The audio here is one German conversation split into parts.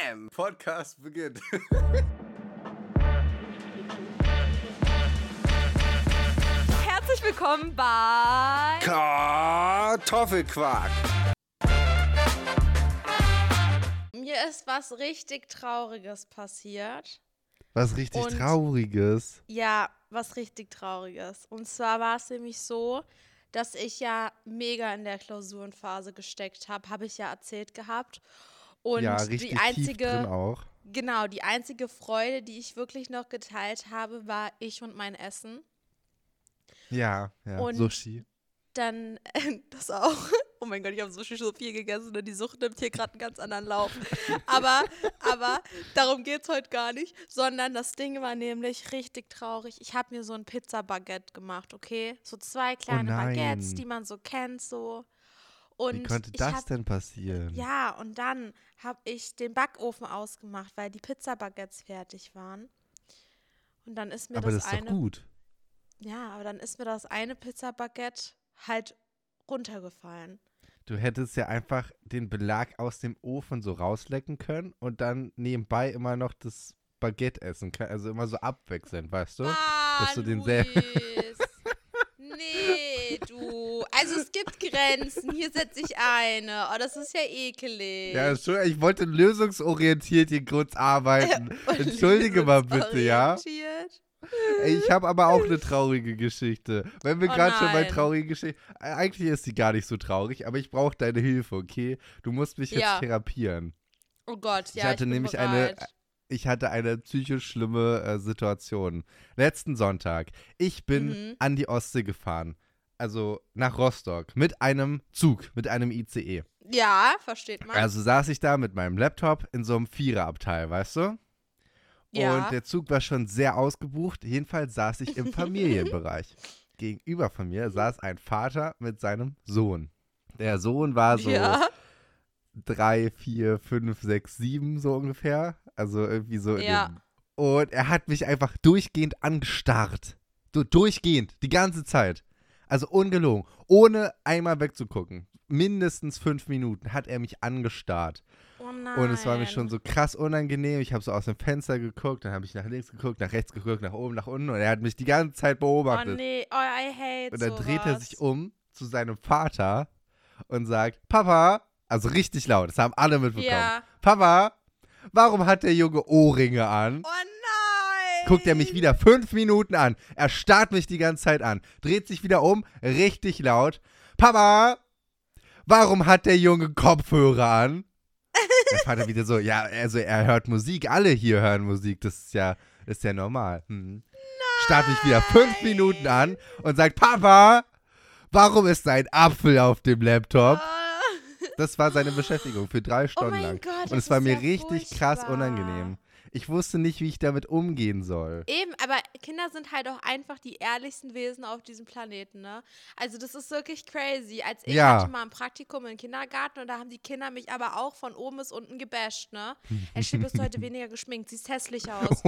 Bam! Podcast beginnt. Herzlich willkommen bei Kartoffelquark. Mir ist was richtig Trauriges passiert. Was richtig Trauriges? Ja, was richtig Trauriges. Und zwar war es nämlich so, dass ich ja mega in der Klausurenphase gesteckt habe. Habe ich ja erzählt gehabt. Und ja, richtig die einzige, tief drin auch. Genau, die einzige Freude, die ich wirklich noch geteilt habe, war ich und mein Essen. Ja, Und Sushi. Dann, das auch. Oh mein Gott, ich habe Sushi so viel gegessen und die Sucht nimmt hier gerade einen ganz anderen Lauf. Aber darum geht es heute gar nicht, sondern das Ding war nämlich richtig traurig. Ich habe mir so ein Pizza-Baguette gemacht, okay? So 2 kleine Baguettes, die man so kennt, so. Und wie konnte das denn passieren? Ja, und dann habe ich den Backofen ausgemacht, weil die Pizza-Baguettes fertig waren. Und dann ist mir aber das ist doch gut. Ja, aber dann ist mir das eine Pizza-Baguette halt runtergefallen. Du hättest ja einfach den Belag aus dem Ofen so rauslecken können und dann nebenbei immer noch das Baguette essen können. Also immer so abwechselnd, weißt du? Dass du den Luis. Nee, du. Also es gibt Grenzen. Hier setze ich eine. Oh, das ist ja ekelig. Ja, Entschuldigung, ich wollte lösungsorientiert hier kurz arbeiten. Entschuldige mal bitte, ja? Ich habe aber auch eine traurige Geschichte. Wenn wir gerade schon bei traurigen Geschichten... Eigentlich ist sie gar nicht so traurig, aber ich brauche deine Hilfe, okay? Du musst mich jetzt therapieren. Oh Gott, ich hatte nämlich eine psychisch schlimme Situation. Letzten Sonntag. Ich bin an die Ostsee gefahren. Also nach Rostock. Mit einem Zug, mit einem ICE. Ja, versteht man. Also saß ich da mit meinem Laptop in so einem Viererabteil, weißt du? Ja. Und der Zug war schon sehr ausgebucht. Jedenfalls saß ich im Familienbereich. Gegenüber von mir saß ein Vater mit seinem Sohn. Der Sohn war so 3, 4, 5, 6, 7 so ungefähr. Also irgendwie so. Und er hat mich einfach durchgehend angestarrt. So durchgehend, die ganze Zeit. Also ungelogen, ohne einmal wegzugucken. Mindestens 5 Minuten hat er mich angestarrt. Oh nein. Und es war mir schon so krass unangenehm. Ich habe so aus dem Fenster geguckt, dann habe ich nach links geguckt, nach rechts geguckt, nach oben, nach unten. Und er hat mich die ganze Zeit beobachtet. Oh nee, oh, I hate und dann sowas. dreht er sich um zu seinem Vater und sagt, Papa, also richtig laut, das haben alle mitbekommen. Ja. Papa, warum hat der Junge Ohrringe an? Oh nein. Guckt er mich wieder 5 Minuten an. Er starrt mich die ganze Zeit an. Dreht sich wieder um, richtig laut. Papa, warum hat der Junge Kopfhörer an? Der Vater wieder so, ja, also er hört Musik, alle hier hören Musik, das ist ja normal. Starrt mich wieder 5 Minuten an und sagt, Papa, warum ist da ein Apfel auf dem Laptop? Das war seine Beschäftigung für 3 Stunden lang. Gott, und es war mir richtig krass unangenehm. Ich wusste nicht, wie ich damit umgehen soll. Eben, aber Kinder sind halt auch einfach die ehrlichsten Wesen auf diesem Planeten, ne? Also das ist wirklich crazy. Als ich hatte mal ein Praktikum im Kindergarten und da haben die Kinder mich aber auch von oben bis unten gebasht, ne? Ashley, bist du heute weniger geschminkt, siehst hässlich aus.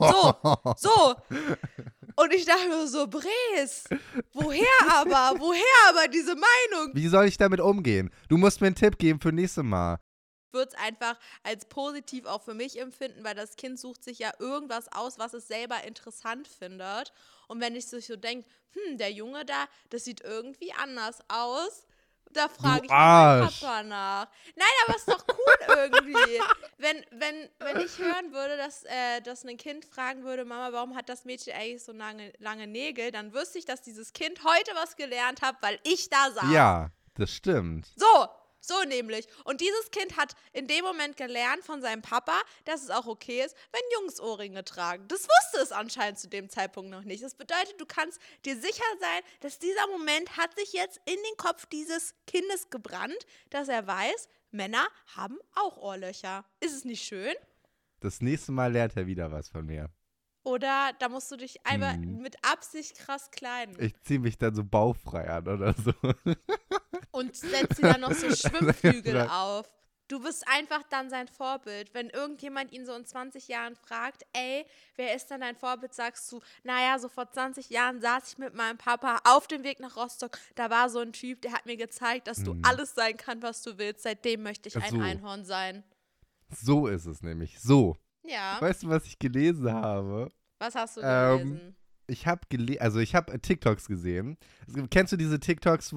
So. Und ich dachte mir so, Bres, woher aber diese Meinung? Wie soll ich damit umgehen? Du musst mir einen Tipp geben für nächstes Mal. Wird es einfach als positiv auch für mich empfinden, weil das Kind sucht sich ja irgendwas aus, was es selber interessant findet. Und wenn ich sich so denke, der Junge da, das sieht irgendwie anders aus, da frage ich meinen Papa nach. Nein, aber ist doch cool irgendwie. Wenn ich hören würde, dass ein Kind fragen würde, Mama, warum hat das Mädchen eigentlich so lange Nägel, dann wüsste ich, dass dieses Kind heute was gelernt hat, weil ich da saß. Ja, das stimmt. So nämlich. Und dieses Kind hat in dem Moment gelernt von seinem Papa, dass es auch okay ist, wenn Jungs Ohrringe tragen. Das wusste es anscheinend zu dem Zeitpunkt noch nicht. Das bedeutet, du kannst dir sicher sein, dass dieser Moment hat sich jetzt in den Kopf dieses Kindes gebrannt, dass er weiß, Männer haben auch Ohrlöcher. Ist es nicht schön? Das nächste Mal lernt er wieder was von mir. Oder da musst du dich einfach mit Absicht krass kleiden. Ich ziehe mich dann so bauchfrei an oder so. Und setzt dir dann noch so Schwimmflügel auf. Du bist einfach dann sein Vorbild. Wenn irgendjemand ihn so in 20 Jahren fragt, ey, wer ist denn dein Vorbild, sagst du, naja, so vor 20 Jahren saß ich mit meinem Papa auf dem Weg nach Rostock. Da war so ein Typ, der hat mir gezeigt, dass du alles sein kannst, was du willst. Seitdem möchte ich ein Einhorn sein. So ist es nämlich. So. Ja. Weißt du, was ich gelesen habe? Was hast du gelesen? Ich habe TikToks gesehen. Kennst du diese TikToks,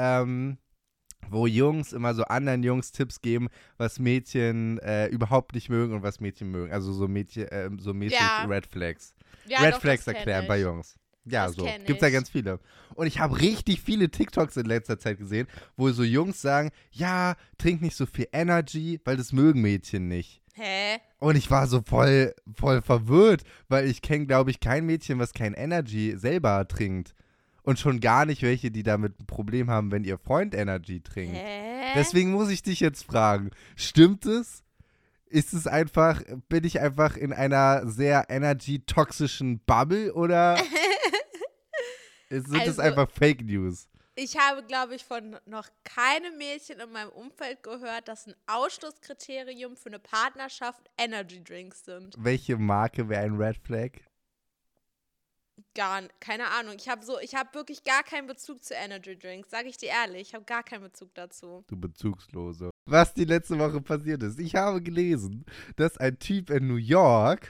wo Jungs immer so anderen Jungs Tipps geben, was Mädchen überhaupt nicht mögen und was Mädchen mögen? Also so mäßig Red Flags. Ja, Red doch, Flags das kenn erklären ich. bei Jungs. Ja, Das so. kenn Gibt's ja ich. ganz viele. Und ich habe richtig viele TikToks in letzter Zeit gesehen, wo so Jungs sagen, ja, trink nicht so viel Energy, weil das mögen Mädchen nicht. Hä? Und ich war so voll verwirrt, weil ich kenne, glaube ich, kein Mädchen, was kein Energy selber trinkt. Und schon gar nicht welche, die damit ein Problem haben, wenn ihr Freund Energy trinkt. Hä? Deswegen muss ich dich jetzt fragen, stimmt es? Bin ich einfach in einer sehr energy-toxischen Bubble oder sind es Also, einfach Fake News? Ich habe, glaube ich, von noch keinem Mädchen in meinem Umfeld gehört, dass ein Ausschlusskriterium für eine Partnerschaft Energy Drinks sind. Welche Marke wäre ein Red Flag? Keine Ahnung. Ich habe wirklich gar keinen Bezug zu Energy Drinks, sage ich dir ehrlich. Ich habe gar keinen Bezug dazu. Du Bezugslose. Was die letzte Woche passiert ist. Ich habe gelesen, dass ein Typ in New York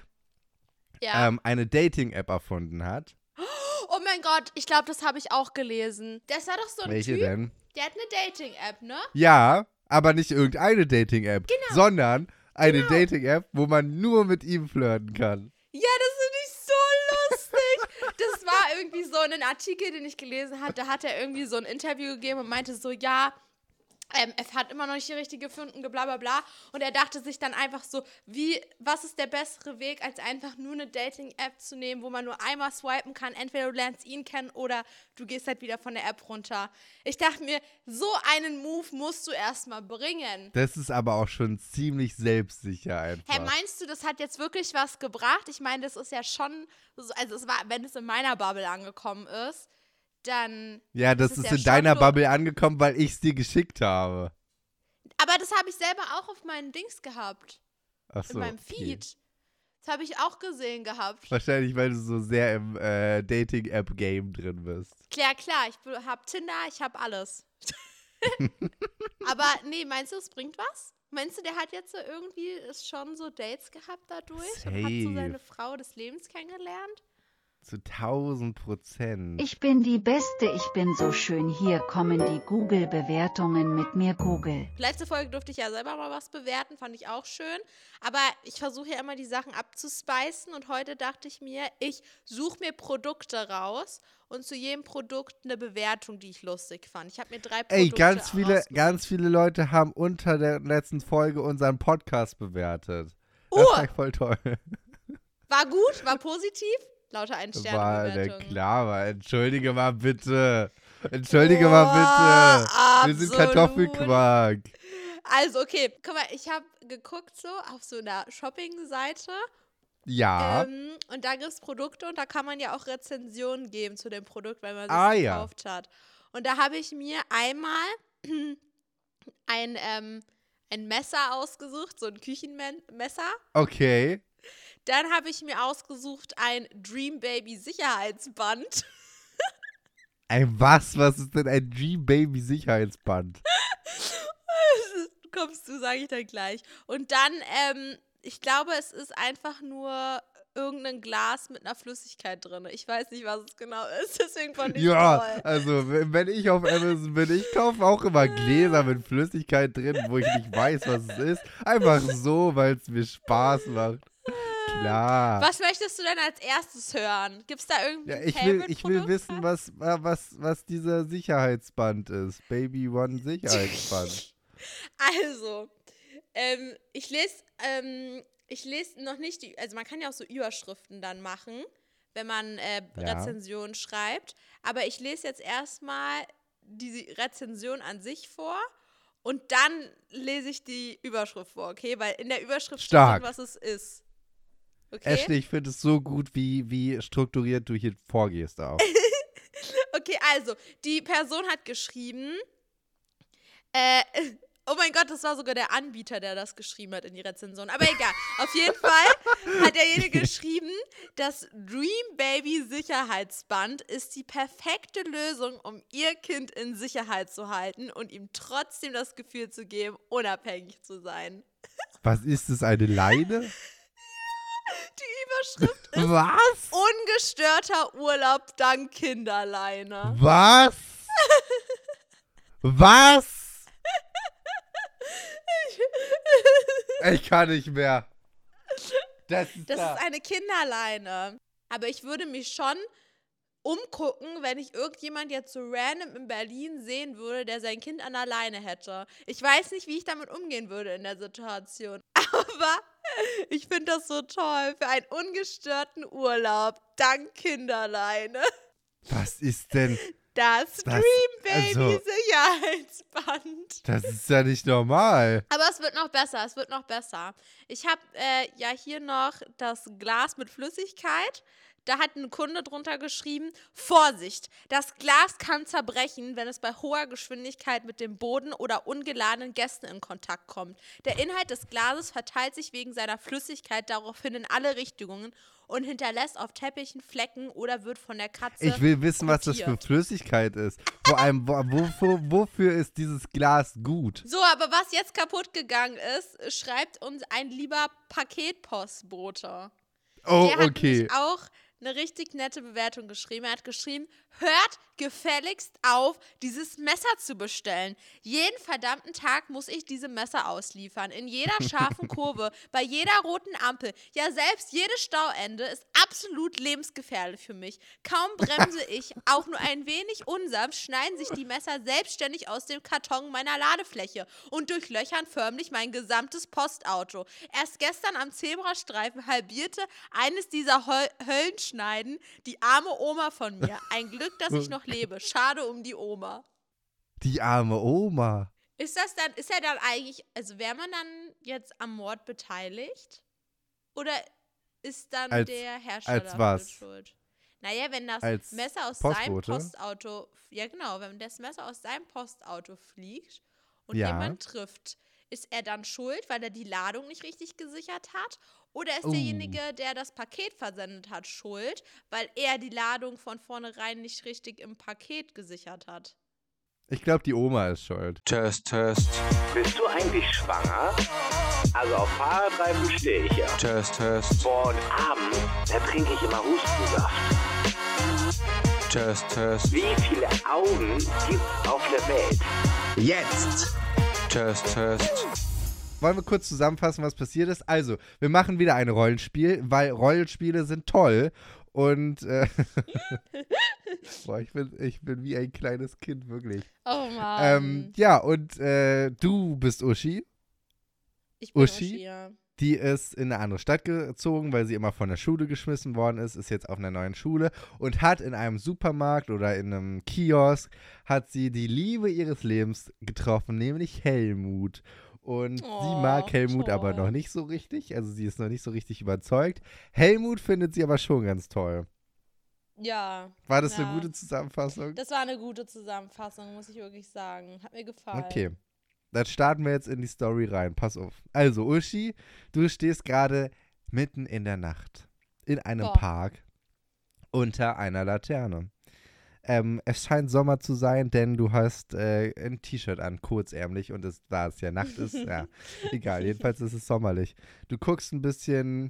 eine Dating-App erfunden hat. Oh mein Gott, ich glaube, das habe ich auch gelesen. Das war doch so ein Welche Typ, denn? der hat eine Dating-App, ne? Ja, aber nicht irgendeine Dating-App, sondern eine Dating-App, wo man nur mit ihm flirten kann. Ja, das finde ich so lustig. Das war irgendwie so in einem Artikel, den ich gelesen habe. Da hat er irgendwie so ein Interview gegeben und meinte so, ja, er hat immer noch nicht die richtige gefunden, bla bla bla. Und er dachte sich dann einfach so, was ist der bessere Weg, als einfach nur eine Dating-App zu nehmen, wo man nur einmal swipen kann. Entweder du lernst ihn kennen oder du gehst halt wieder von der App runter. Ich dachte mir, so einen Move musst du erstmal bringen. Das ist aber auch schon ziemlich selbstsicher einfach. Hä, meinst du, das hat jetzt wirklich was gebracht? Ich meine, das ist ja schon, also wenn es in meiner Bubble angekommen ist, dann. Ja, das ist in deiner Bubble angekommen, weil ich es dir geschickt habe. Aber das habe ich selber auch auf meinen Dings gehabt. Ach so, in meinem Feed. Das habe ich auch gesehen gehabt. Wahrscheinlich, weil du so sehr im Dating-App-Game drin bist. Klar, ich habe Tinder, ich habe alles. Aber nee, meinst du, es bringt was? Meinst du, der hat jetzt so irgendwie schon so Dates gehabt dadurch? Safe. Und hat so seine Frau des Lebens kennengelernt? Zu 1000%. Ich bin die Beste, ich bin so schön, hier kommen die Google-Bewertungen mit mir Google. Letzte Folge durfte ich ja selber mal was bewerten, fand ich auch schön. Aber ich versuche ja immer die Sachen abzuspeisen und heute dachte ich mir, ich suche mir Produkte raus und zu jedem Produkt eine Bewertung, die ich lustig fand. Ich habe mir 3 Produkte ganz viele Leute haben unter der letzten Folge unseren Podcast bewertet. Das war voll toll. War gut, war positiv. Lauter ein Sterne-Bewertung. Klar, entschuldige mal bitte. Wir sind Kartoffelquark. Also, okay, guck mal, ich habe geguckt so auf so einer Shopping-Seite. Ja. Und da gibt es Produkte und da kann man ja auch Rezensionen geben zu dem Produkt, weil man es gekauft hat. Und da habe ich mir einmal ein Messer ausgesucht, so ein Küchenmesser. Okay. Dann habe ich mir ausgesucht ein Dream Baby Sicherheitsband. Ein was? Was ist denn ein Dream Baby Sicherheitsband? Kommst du, sage ich dann gleich. Und dann, ich glaube, es ist einfach nur irgendein Glas mit einer Flüssigkeit drin. Ich weiß nicht, was es genau ist, deswegen fand ich toll. Also wenn ich auf Amazon bin, ich kaufe auch immer Gläser mit Flüssigkeit drin, wo ich nicht weiß, was es ist. Einfach so, weil es mir Spaß macht. Klar. Was möchtest du denn als erstes hören? Gibt es da irgendwie ein ich will wissen, was dieser Sicherheitsband ist. Baby One Sicherheitsband. Also, ich lese noch nicht also man kann ja auch so Überschriften dann machen, wenn man Rezensionen schreibt. Aber ich lese jetzt erstmal die Rezension an sich vor und dann lese ich die Überschrift vor, okay? Weil in der Überschrift steht drin, was es ist. Okay? Ashley, ich finde es so gut, wie strukturiert du hier vorgehst auch. Okay, also, die Person hat geschrieben, oh mein Gott, das war sogar der Anbieter, der das geschrieben hat in die Rezension. Aber egal, auf jeden Fall hat derjenige geschrieben, das Dream Baby Sicherheitsband ist die perfekte Lösung, um ihr Kind in Sicherheit zu halten und ihm trotzdem das Gefühl zu geben, unabhängig zu sein. Was ist das, eine Leine? Die Überschrift ist Was? ungestörter Urlaub dank Kinderleine. Was? Was? Ich kann nicht mehr. Das ist eine Kinderleine. Aber ich würde mich schon umgucken, wenn ich irgendjemand jetzt so random in Berlin sehen würde, der sein Kind an der Leine hätte. Ich weiß nicht, wie ich damit umgehen würde in der Situation. Aber ich finde das so toll. Für einen ungestörten Urlaub dank Kinderleine. Was ist denn? Das Dream Baby Sicherheitsband. Das ist ja nicht normal. Aber es wird noch besser, Ich habe ja hier noch das Glas mit Flüssigkeit. Da hat ein Kunde drunter geschrieben, Vorsicht, das Glas kann zerbrechen, wenn es bei hoher Geschwindigkeit mit dem Boden oder ungeladenen Gästen in Kontakt kommt. Der Inhalt des Glases verteilt sich wegen seiner Flüssigkeit daraufhin in alle Richtungen und hinterlässt auf Teppichen Flecken oder wird von der Katze Ich will wissen, was das für Flüssigkeit ist. Vor allem, wofür ist dieses Glas gut? So, aber was jetzt kaputt gegangen ist, schreibt uns ein lieber Paketpostbote. Oh, Der hat okay. nämlich auch eine richtig nette Bewertung geschrieben. Er hat geschrieben, hört gefälligst auf, dieses Messer zu bestellen. Jeden verdammten Tag muss ich diese Messer ausliefern. In jeder scharfen Kurve, bei jeder roten Ampel. Ja, selbst jedes Stauende ist absolut lebensgefährlich für mich. Kaum bremse ich, auch nur ein wenig unsanft, schneiden sich die Messer selbstständig aus dem Karton meiner Ladefläche und durchlöchern förmlich mein gesamtes Postauto. Erst gestern am Zebrastreifen halbierte eines dieser Höllenschneiden die arme Oma von mir. Ein Glück, dass ich noch lebe. Schade um die Oma. Die arme Oma. Ist er dann eigentlich, also wäre man dann jetzt am Mord beteiligt? Oder ist dann der Hersteller damit schuld? Naja, wenn das Messer aus seinem Postauto, ja genau, wenn das Messer aus seinem Postauto fliegt und jemand trifft, ist er dann schuld, weil er die Ladung nicht richtig gesichert hat? Oder ist derjenige, der das Paket versendet hat, schuld, weil er die Ladung von vornherein nicht richtig im Paket gesichert hat? Ich glaube, die Oma ist schuld. Test. Bist du eigentlich schwanger? Also auf Fahrradreifen stehe ich ja. Test. Boah, und abends, da trinke ich immer Hustensaft. Test. Wie viele Augen gibt's auf der Welt? Jetzt! Test. Wollen wir kurz zusammenfassen, was passiert ist? Also, wir machen wieder ein Rollenspiel, weil Rollenspiele sind toll. Und boah, ich bin wie ein kleines Kind, wirklich. Oh Mann. Ja, und du bist Uschi. Ich bin Uschi, ja. Die ist in eine andere Stadt gezogen, weil sie immer von der Schule geschmissen worden ist jetzt auf einer neuen Schule und hat in einem Supermarkt oder in einem Kiosk, hat sie die Liebe ihres Lebens getroffen, nämlich Helmut. Und sie mag Helmut aber noch nicht so richtig, also sie ist noch nicht so richtig überzeugt. Helmut findet sie aber schon ganz toll. Ja. War das eine gute Zusammenfassung? Das war eine gute Zusammenfassung, muss ich wirklich sagen. Hat mir gefallen. Okay. Dann starten wir jetzt in die Story rein. Pass auf. Also, Uschi, du stehst gerade mitten in der Nacht in einem Park unter einer Laterne. Es scheint Sommer zu sein, denn du hast ein T-Shirt an, kurzärmlich, und da es ja Nacht ist, ja, egal, jedenfalls ist es sommerlich. Du guckst ein bisschen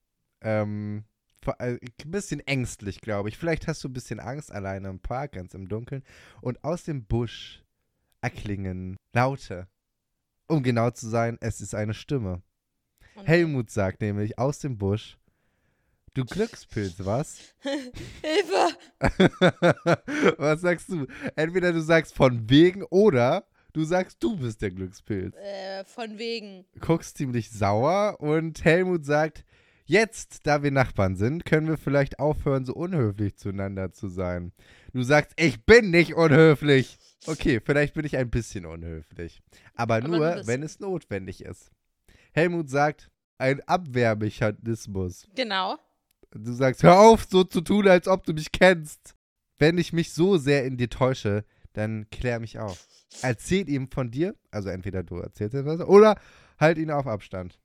ängstlich, glaube ich. Vielleicht hast du ein bisschen Angst alleine im Park, ganz im Dunkeln. Und aus dem Busch erklingen Laute. Um genau zu sein, es ist eine Stimme. Okay. Helmut sagt nämlich aus dem Busch, du Glückspilz, was? Hilfe! Was sagst du? Entweder du sagst von wegen oder du sagst, du bist der Glückspilz. Von wegen. Guckst ziemlich sauer und Helmut sagt, jetzt, da wir Nachbarn sind, können wir vielleicht aufhören, so unhöflich zueinander zu sein. Du sagst, ich bin nicht unhöflich. Okay, vielleicht bin ich ein bisschen unhöflich. Aber nur, wenn es notwendig ist. Helmut sagt, ein Abwehrmechanismus. Genau. Du sagst, hör auf, so zu tun, als ob du mich kennst. Wenn ich mich so sehr in dir täusche, dann klär mich auf. Erzähl ihm von dir, also entweder du erzählst etwas, oder halt ihn auf Abstand.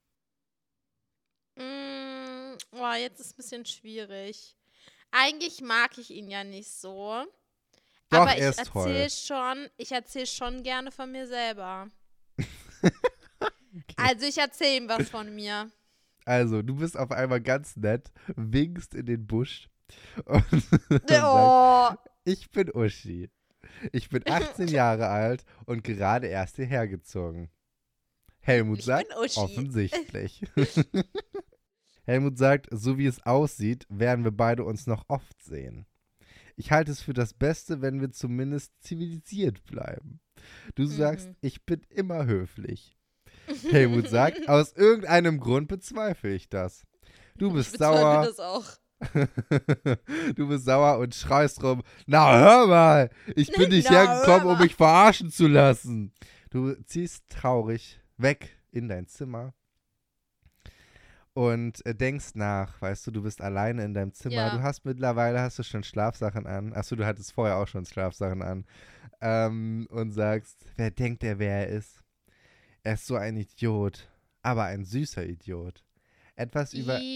Jetzt ist es ein bisschen schwierig. Eigentlich mag ich ihn ja nicht so. Doch, aber ich erzähle schon gerne von mir selber. Also ich erzähle ihm was von mir. Also, du bist auf einmal ganz nett, winkst in den Busch und sagst, Oh. ich bin Uschi. Ich bin 18 Jahre alt und gerade erst hierher gezogen. Helmut Ich sagt, bin Uschi. offensichtlich. Helmut sagt, so wie es aussieht, werden wir beide uns noch oft sehen. Ich halte es für das Beste, wenn wir zumindest zivilisiert bleiben. Du sagst, ich bin immer höflich. Helmut sagt, aus irgendeinem Grund bezweifle ich das. Du bist Ich bezweifle sauer. das auch. Du bist sauer und schreist rum. Na, hör mal, ich bin nicht hergekommen, um mich verarschen zu lassen. Du ziehst traurig weg in dein Zimmer und denkst nach. Weißt du, du bist alleine in deinem Zimmer. Ja. Du hast mittlerweile schon Schlafsachen an. Achso, du hattest vorher auch schon Schlafsachen an. Und sagst, wer denkt er, wer er ist? Er ist so ein Idiot, aber ein süßer Idiot. Etwas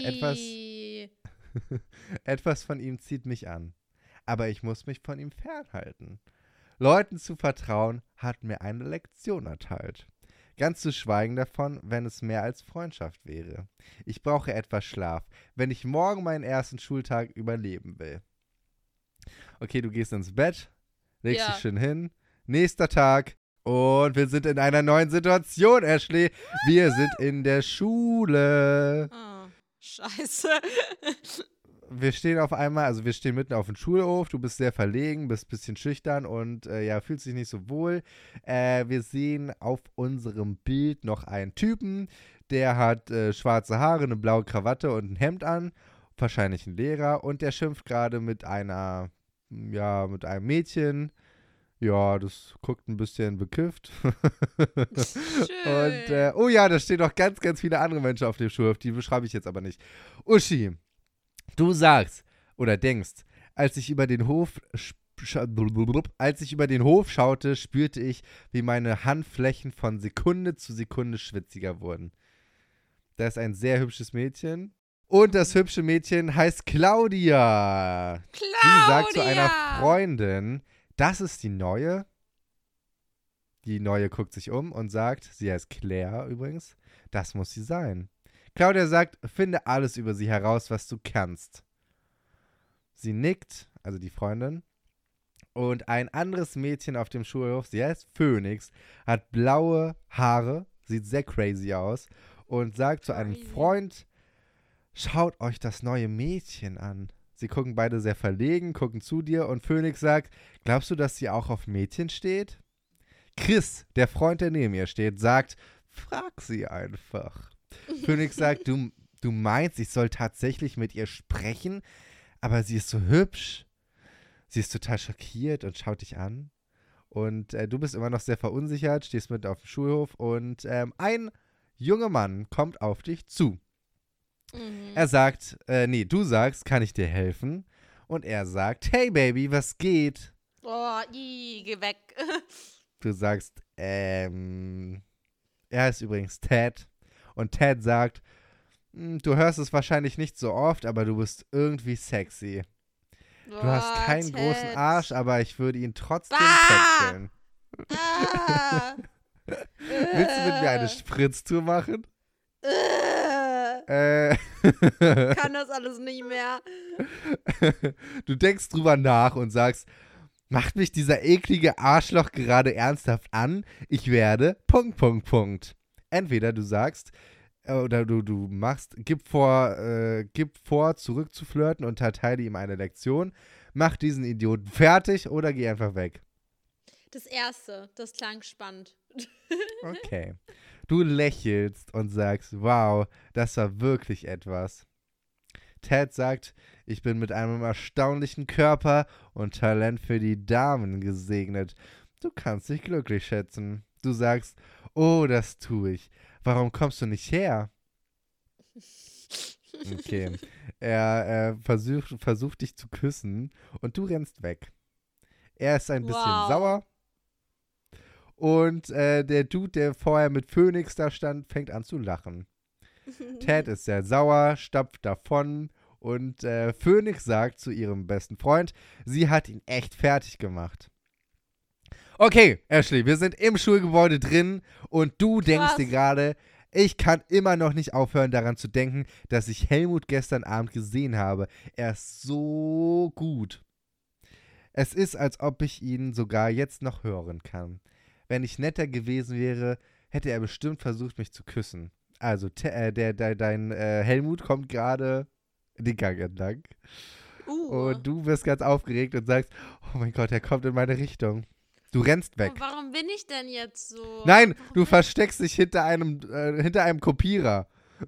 von ihm zieht mich an, aber ich muss mich von ihm fernhalten. Leuten zu vertrauen hat mir eine Lektion erteilt. Ganz zu schweigen davon, wenn es mehr als Freundschaft wäre. Ich brauche etwas Schlaf, wenn ich morgen meinen ersten Schultag überleben will. Okay, du gehst ins Bett, legst dich schön hin. Nächster Tag. Und wir sind in einer neuen Situation, Ashley. Wir sind in der Schule. Oh, scheiße. Wir stehen mitten auf dem Schulhof. Du bist sehr verlegen, bist ein bisschen schüchtern und fühlst dich nicht so wohl. Wir sehen auf unserem Bild noch einen Typen, der hat schwarze Haare, eine blaue Krawatte und ein Hemd an. Wahrscheinlich ein Lehrer. Und der schimpft gerade mit einem Mädchen. Ja, das guckt ein bisschen bekifft. Schön. Und da stehen noch ganz, ganz viele andere Menschen auf dem Schulhof. Die beschreibe ich jetzt aber nicht. Uschi, du sagst oder denkst, als ich über den Hof schaute, spürte ich, wie meine Handflächen von Sekunde zu Sekunde schwitziger wurden. Da ist ein sehr hübsches Mädchen. Und das hübsche Mädchen heißt Claudia. Sie sagt zu einer Freundin, das ist die Neue. Die Neue guckt sich um und sagt, sie heißt Claire übrigens, das muss sie sein. Claudia sagt, finde alles über sie heraus, was du kannst. Sie nickt, also die Freundin. Und ein anderes Mädchen auf dem Schulhof, sie heißt Phoenix, hat blaue Haare, sieht sehr crazy aus und sagt zu einem Freund, schaut euch das neue Mädchen an. Sie gucken beide sehr verlegen, gucken zu dir und Phoenix sagt, glaubst du, dass sie auch auf Mädchen steht? Chris, der Freund, der neben ihr steht, sagt, frag sie einfach. Phoenix sagt, du meinst, ich soll tatsächlich mit ihr sprechen, aber sie ist so hübsch. Sie ist total schockiert und schaut dich an. Und du bist immer noch sehr verunsichert, stehst mit auf dem Schulhof und ein junger Mann kommt auf dich zu. Er sagt, du sagst, kann ich dir helfen? Und er sagt, hey Baby, was geht? Oh, geh weg. Du sagst, er ist übrigens Ted. Und Ted sagt, du hörst es wahrscheinlich nicht so oft, aber du bist irgendwie sexy. Du hast keinen Ted. großen Arsch, aber ich würde ihn trotzdem tätscheln. Willst du mit mir eine Spritztour machen? Kann das alles nicht mehr. Du denkst drüber nach und sagst, macht mich dieser eklige Arschloch gerade ernsthaft an? Ich werde ... Entweder du sagst, oder du machst, gib vor, zurückzuflirten und erteile ihm eine Lektion. Mach diesen Idioten fertig oder geh einfach weg. Das erste, das klang spannend. Okay. Du lächelst und sagst, wow, das war wirklich etwas. Ted sagt, ich bin mit einem erstaunlichen Körper und Talent für die Damen gesegnet. Du kannst dich glücklich schätzen. Du sagst, oh, das tue ich. Warum kommst du nicht her? Okay. Er versucht dich zu küssen und du rennst weg. Er ist ein bisschen sauer. Und der Dude, der vorher mit Phoenix da stand, fängt an zu lachen. Ted ist sehr sauer, stapft davon und Phoenix sagt zu ihrem besten Freund, sie hat ihn echt fertig gemacht. Okay, Ashley, wir sind im Schulgebäude drin und du denkst dir gerade, Ich kann immer noch nicht aufhören, daran zu denken, dass ich Helmut gestern Abend gesehen habe. Er ist so gut. Es ist, als ob ich ihn sogar jetzt noch hören kann. Wenn ich netter gewesen wäre, hätte er bestimmt versucht, mich zu küssen. Also, dein Helmut kommt gerade den Gang entlang. Und du wirst ganz aufgeregt und sagst, oh mein Gott, er kommt in meine Richtung. Du rennst weg. Und warum bin ich denn jetzt so? Nein, du versteckst dich hinter einem Kopierer.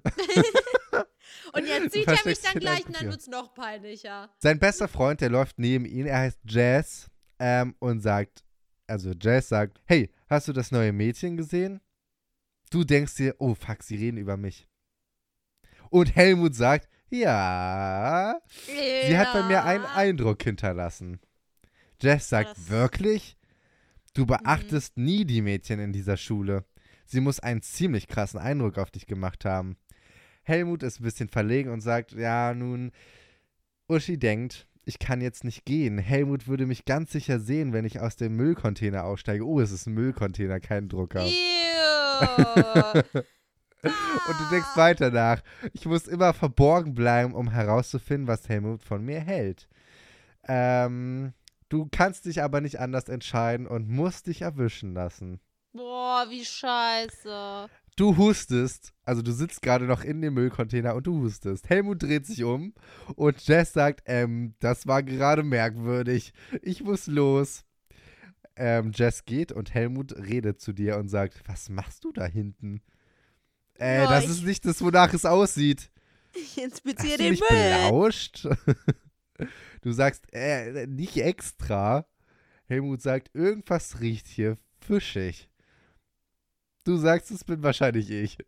Und jetzt sieht er mich dann gleich und dann wird es noch peinlicher. Sein bester Freund, der läuft neben ihn, er heißt Jazz und sagt, also Jazz sagt, hey, hast du das neue Mädchen gesehen? Du denkst dir, oh fuck, sie reden über mich. Und Helmut sagt, ja, sie hat bei mir einen Eindruck hinterlassen. Jazz sagt, wirklich? Du beachtest nie die Mädchen in dieser Schule. Sie muss einen ziemlich krassen Eindruck auf dich gemacht haben. Helmut ist ein bisschen verlegen und sagt, ja, nun, Uschi denkt, ich kann jetzt nicht gehen. Helmut würde mich ganz sicher sehen, wenn ich aus dem Müllcontainer aussteige. Oh, es ist ein Müllcontainer, kein Drucker. Und du denkst weiter nach. Ich muss immer verborgen bleiben, um herauszufinden, was Helmut von mir hält. Du kannst dich aber nicht anders entscheiden und musst dich erwischen lassen. Boah, wie scheiße. Du hustest, also du sitzt gerade noch in dem Müllcontainer und du hustest. Helmut dreht sich um und Jess sagt, das war gerade merkwürdig. Ich muss los. Jess geht und Helmut redet zu dir und sagt, was machst du da hinten? Das ist nicht das, wonach es aussieht. Ich inspiziere Hast du den mich Müll. belauscht? Du sagst, nicht extra. Helmut sagt, irgendwas riecht hier fischig. Du sagst, es bin wahrscheinlich ich.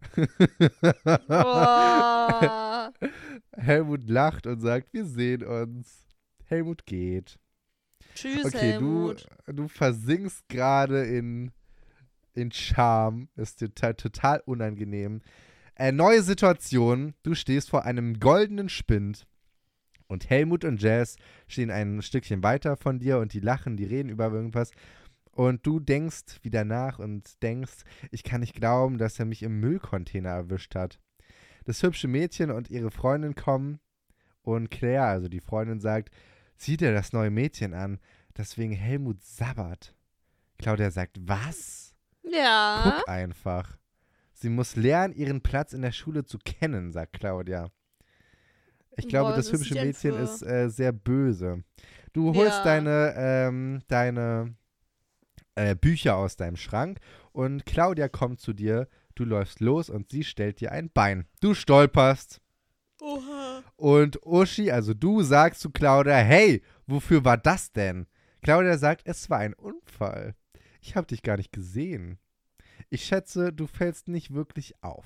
Oh. Helmut lacht und sagt, wir sehen uns. Helmut geht. Tschüss, Okay, Helmut. du versinkst gerade in Scham. Ist dir total unangenehm. Neue Situation. Du stehst vor einem goldenen Spind. Und Helmut und Jazz stehen ein Stückchen weiter von dir und die lachen, die reden über irgendwas. Und du denkst wieder nach und denkst, ich kann nicht glauben, dass er mich im Müllcontainer erwischt hat. Das hübsche Mädchen und ihre Freundin kommen und Claire, also die Freundin, sagt, sieh dir das neue Mädchen an, das wegen Helmut sabbert. Claudia sagt, was? Ja. Guck einfach. Sie muss lernen, ihren Platz in der Schule zu kennen, sagt Claudia. Ich glaube, das hübsche Mädchen ist sehr böse. Du holst deine Bücher aus deinem Schrank und Claudia kommt zu dir, du läufst los und sie stellt dir ein Bein. Du stolperst. Oha. Und Uschi, also du, sagst zu Claudia, hey, wofür war das denn? Claudia sagt, es war ein Unfall. Ich habe dich gar nicht gesehen. Ich schätze, du fällst nicht wirklich auf.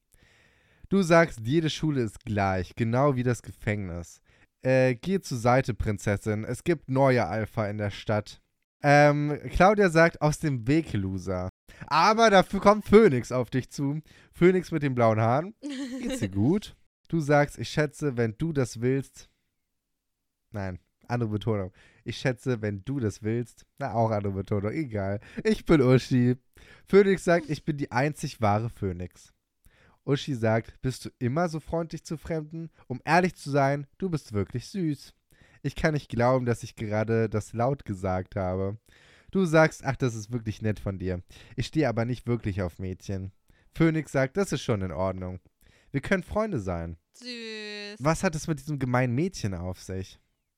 Du sagst, jede Schule ist gleich, genau wie das Gefängnis. Geh zur Seite, Prinzessin. Es gibt neue Alpha in der Stadt. Claudia sagt, aus dem Weg, Loser. Aber dafür kommt Phoenix auf dich zu. Phoenix mit den blauen Haaren. Geht's dir gut? Du sagst, ich schätze, wenn du das willst. Nein, andere Betonung. Ich schätze, wenn du das willst. Na, auch andere Betonung. Egal. Ich bin Uschi. Phoenix sagt, ich bin die einzig wahre Phoenix. Uschi sagt, bist du immer so freundlich zu Fremden? Um ehrlich zu sein, du bist wirklich süß. Ich kann nicht glauben, dass ich gerade das laut gesagt habe. Du sagst, ach, das ist wirklich nett von dir. Ich stehe aber nicht wirklich auf Mädchen. Phoenix sagt, das ist schon in Ordnung. Wir können Freunde sein. Süß. Was hat es mit diesem gemeinen Mädchen auf sich?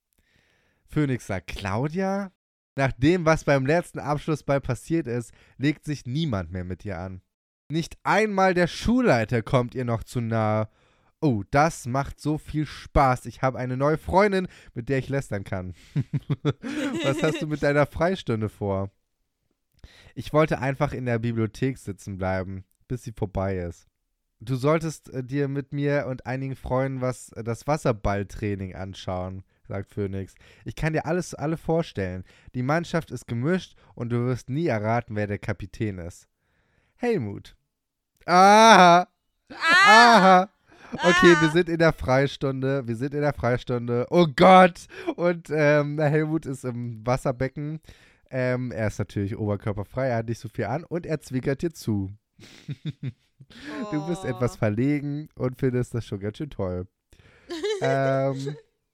Phoenix sagt, Claudia? Nach dem, was beim letzten Abschlussball passiert ist, legt sich niemand mehr mit ihr an. Nicht einmal der Schulleiter kommt ihr noch zu nahe. Oh, das macht so viel Spaß. Ich habe eine neue Freundin, mit der ich lästern kann. Was hast du mit deiner Freistunde vor? Ich wollte einfach in der Bibliothek sitzen bleiben, bis sie vorbei ist. Du solltest dir mit mir und einigen Freunden das Wasserballtraining anschauen, sagt Phoenix. Ich kann dir alle vorstellen. Die Mannschaft ist gemischt und du wirst nie erraten, wer der Kapitän ist. Helmut. Aha. Aha. Okay, wir sind in der Freistunde. Oh Gott. Und Helmut ist im Wasserbecken. Er ist natürlich oberkörperfrei. Er hat nicht so viel an. Und er zwinkert dir zu. Du bist etwas verlegen und findest das schon ganz schön toll. Das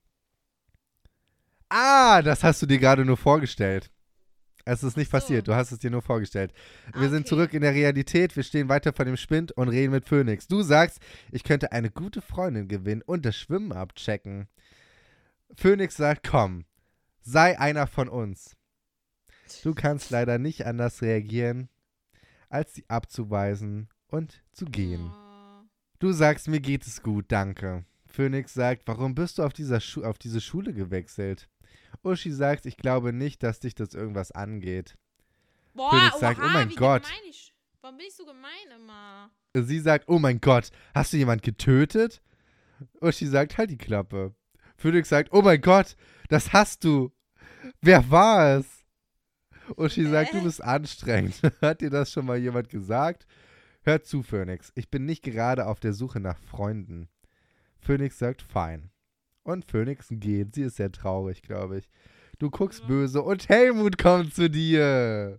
hast du dir gerade nur vorgestellt. Es ist nicht passiert, du hast es dir nur vorgestellt. Wir sind zurück in der Realität, wir stehen weiter vor dem Spind und reden mit Phoenix. Du sagst, ich könnte eine gute Freundin gewinnen und das Schwimmen abchecken. Phoenix sagt, komm, sei einer von uns. Du kannst leider nicht anders reagieren, als sie abzuweisen und zu gehen. Du sagst, mir geht es gut, danke. Phoenix sagt, warum bist du auf diese Schule gewechselt? Uschi sagt, ich glaube nicht, dass dich das irgendwas angeht. Boah, Phoenix sagt, oh mein Gott. Warum bin ich so gemein immer? Sie sagt, oh mein Gott, hast du jemand getötet? Uschi sagt, halt die Klappe. Phoenix sagt, oh mein Gott, das hast du. Wer war es? Uschi sagt, du bist anstrengend. Hat dir das schon mal jemand gesagt? Hör zu, Phoenix, ich bin nicht gerade auf der Suche nach Freunden. Phoenix sagt, fein. Und Phoenix geht. Sie ist sehr traurig, glaube ich. Du guckst böse und Helmut kommt zu dir.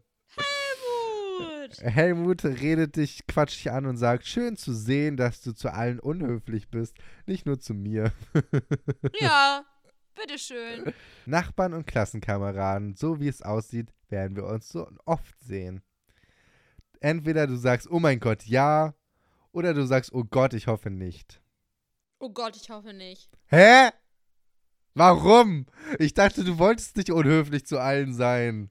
Helmut quatscht dich an und sagt, schön zu sehen, dass du zu allen unhöflich bist. Nicht nur zu mir. Ja, bitteschön. Nachbarn und Klassenkameraden, so wie es aussieht, werden wir uns so oft sehen. Entweder du sagst, oh mein Gott, ja, oder du sagst, oh Gott, ich hoffe nicht. Oh Gott, ich hoffe nicht. Hä? Warum? Ich dachte, du wolltest nicht unhöflich zu allen sein.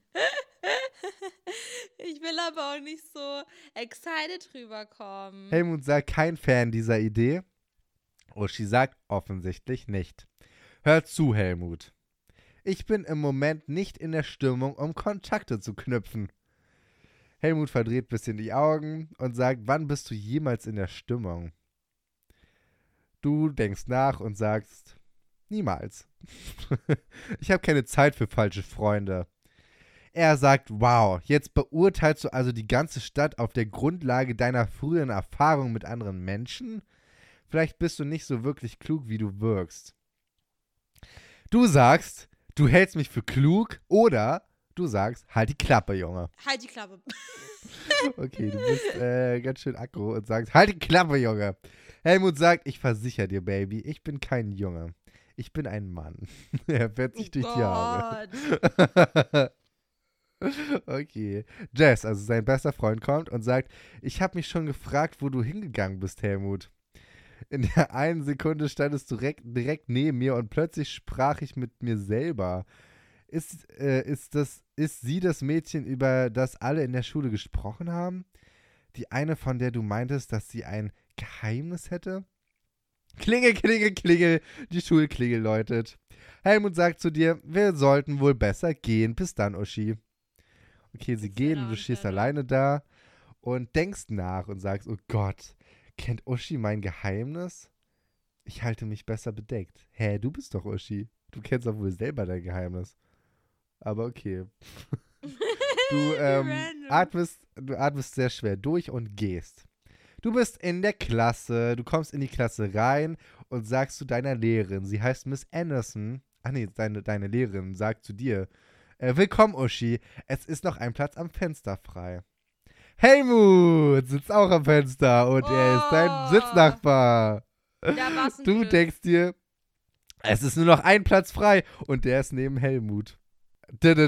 Ich will aber auch nicht so excited rüberkommen. Helmut sagt, kein Fan dieser Idee. Uschi sagt, offensichtlich nicht. Hör zu, Helmut. Ich bin im Moment nicht in der Stimmung, um Kontakte zu knüpfen. Helmut verdreht ein bisschen die Augen und sagt, wann bist du jemals in der Stimmung? Du denkst nach und sagst, niemals. Ich habe keine Zeit für falsche Freunde. Er sagt, wow, jetzt beurteilst du also die ganze Stadt auf der Grundlage deiner früheren Erfahrung mit anderen Menschen? Vielleicht bist du nicht so wirklich klug, wie du wirkst. Du sagst, du hältst mich für klug oder du sagst, halt die Klappe, Junge. Halt die Klappe. Okay, du bist ganz schön aggro und sagst, halt die Klappe, Junge. Helmut sagt, ich versichere dir, Baby, ich bin kein Junge. Ich bin ein Mann. Er fährt sich durch die Haare. Okay. Jess, also sein bester Freund, kommt und sagt, ich habe mich schon gefragt, wo du hingegangen bist, Helmut. In der einen Sekunde standest du direkt neben mir und plötzlich sprach ich mit mir selber. Ist sie das Mädchen, über das alle in der Schule gesprochen haben? Die eine, von der du meintest, dass sie ein Geheimnis hätte? Klingel, klingel, klingel. Die Schulklingel läutet. Helmut sagt zu dir, wir sollten wohl besser gehen. Bis dann, Uschi. Okay, sie gehen und du stehst alleine da und denkst nach und sagst, oh Gott, kennt Uschi mein Geheimnis? Ich halte mich besser bedeckt. Hä, du bist doch Uschi. Du kennst doch wohl selber dein Geheimnis. Aber okay. Du atmest sehr schwer durch und gehst. Du bist in der Klasse, du kommst in die Klasse rein und sagst zu deiner Lehrerin, sie heißt Miss Anderson, deine Lehrerin sagt zu dir, willkommen Uschi, es ist noch ein Platz am Fenster frei. Helmut sitzt auch am Fenster und er ist dein Sitznachbar. Du denkst dir, es ist nur noch ein Platz frei und der ist neben Helmut. Also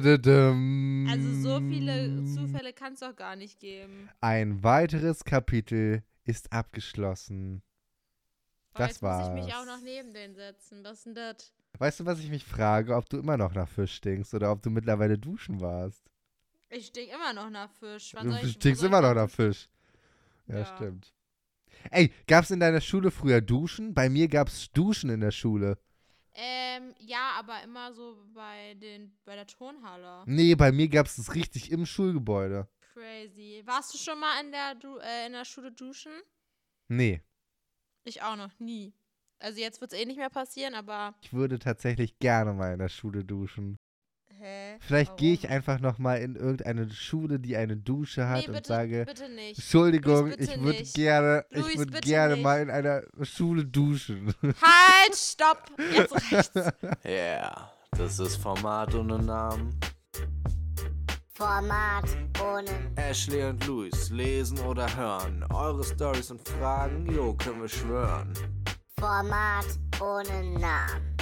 so viele Zufälle kann es doch gar nicht geben. Ein weiteres Kapitel ist abgeschlossen. Das war's. Muss ich mich auch noch neben den setzen. Was ist denn das? Weißt du, was ich mich frage? Ob du immer noch nach Fisch stinkst oder ob du mittlerweile duschen warst. Ich stink immer noch nach Fisch. Du stinkst immer noch nach Fisch. Ja, stimmt. Ey, gab's in deiner Schule früher Duschen? Bei mir gab's Duschen in der Schule. Ja, aber immer so bei der Turnhalle. Nee, bei mir gab's das richtig im Schulgebäude. Crazy. Warst du schon mal in der Schule duschen? Nee. Ich auch noch nie. Also jetzt wird's nicht mehr passieren, aber... Ich würde tatsächlich gerne mal in der Schule duschen. Hä? Vielleicht gehe ich einfach noch mal in irgendeine Schule, die eine Dusche hat und sage, bitte nicht. Entschuldigung, Luis, ich würde gerne mal in einer Schule duschen. Halt, stopp, jetzt reicht's. Ja, das ist Format ohne Namen. Format ohne Ashley und Luis, lesen oder hören. Eure Storys und Fragen, jo, können wir schwören. Format ohne Namen.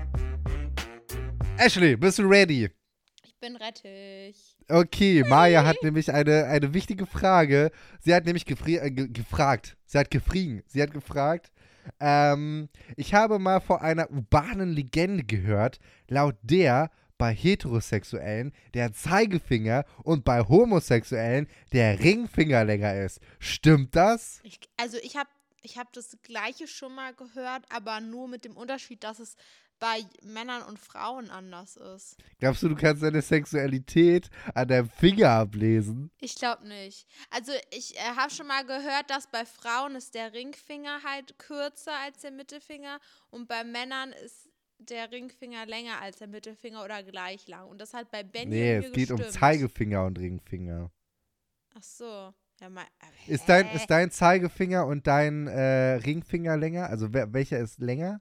Ashley, bist du ready? Ich bin rettig. Okay, Maya hat nämlich eine wichtige Frage. Sie hat nämlich gefragt. Sie hat gefragt. Ich habe mal vor einer urbanen Legende gehört, laut der bei Heterosexuellen der Zeigefinger und bei Homosexuellen der Ringfinger länger ist. Stimmt das? Ich hab das Gleiche schon mal gehört, aber nur mit dem Unterschied, dass es bei Männern und Frauen anders ist. Glaubst du kannst deine Sexualität an deinem Finger ablesen? Ich glaube nicht. Also ich habe schon mal gehört, dass bei Frauen ist der Ringfinger halt kürzer als der Mittelfinger und bei Männern ist der Ringfinger länger als der Mittelfinger oder gleich lang. Und das hat bei Benny Nee, und mir es geht um gestimmt. Zeigefinger und Ringfinger. Ach so. Ja, Ist dein Zeigefinger und dein Ringfinger länger? Also welcher ist länger?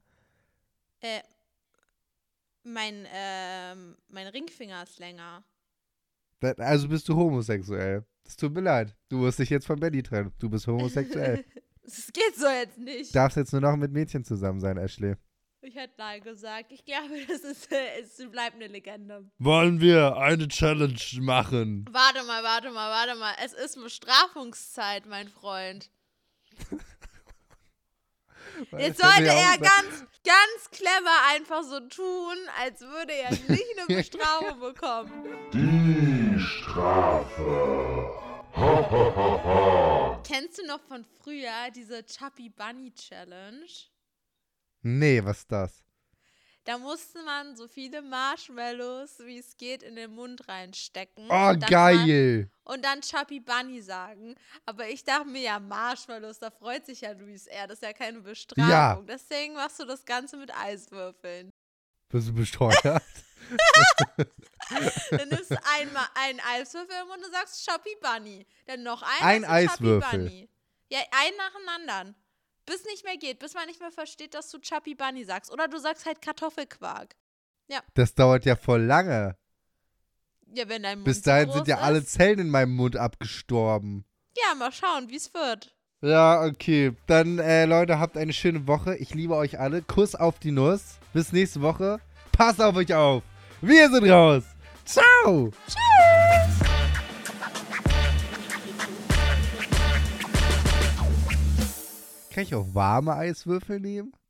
Mein Ringfinger ist länger. Also bist du homosexuell. Es tut mir leid. Du musst dich jetzt von Benny trennen. Du bist homosexuell. Das geht so jetzt nicht. Darfst jetzt nur noch mit Mädchen zusammen sein, Ashley. Ich hätte nein gesagt. Ich glaube, es bleibt eine Legende. Wollen wir eine Challenge machen? Warte mal. Es ist Bestrafungszeit, mein Freund. Jetzt sollte er ganz clever einfach so tun, als würde er nicht eine Bestrafung bekommen. Die Strafe. Kennst du noch von früher diese Chubby Bunny Challenge? Nee, was ist das? Da musste man so viele Marshmallows, wie es geht, in den Mund reinstecken. Oh, und dann geil! Und dann Chubby Bunny sagen. Aber ich dachte mir, ja, Marshmallows, da freut sich ja Luis eher. Das ist ja keine Bestrafung. Ja. Deswegen machst du das Ganze mit Eiswürfeln. Bist du besteuert? Dann nimmst du einmal einen Eiswürfel im Mund und sagst Chubby Bunny. Dann noch Ein einen Eiswürfel. Chubby Bunny. Ja, einen nacheinander. Bis nicht mehr geht, bis man nicht mehr versteht, dass du Chubby Bunny sagst. Oder du sagst halt Kartoffelquark. Ja. Das dauert ja voll lange. Ja, wenn dein Mund Bis so dahin groß sind ja ist. alle Zellen in meinem Mund abgestorben. Ja, mal schauen, wie es wird. Ja, okay. Dann, Leute, habt eine schöne Woche. Ich liebe euch alle. Kuss auf die Nuss. Bis nächste Woche. Passt auf euch auf. Wir sind raus. Ciao. Tschüss. Kann ich auch warme Eiswürfel nehmen?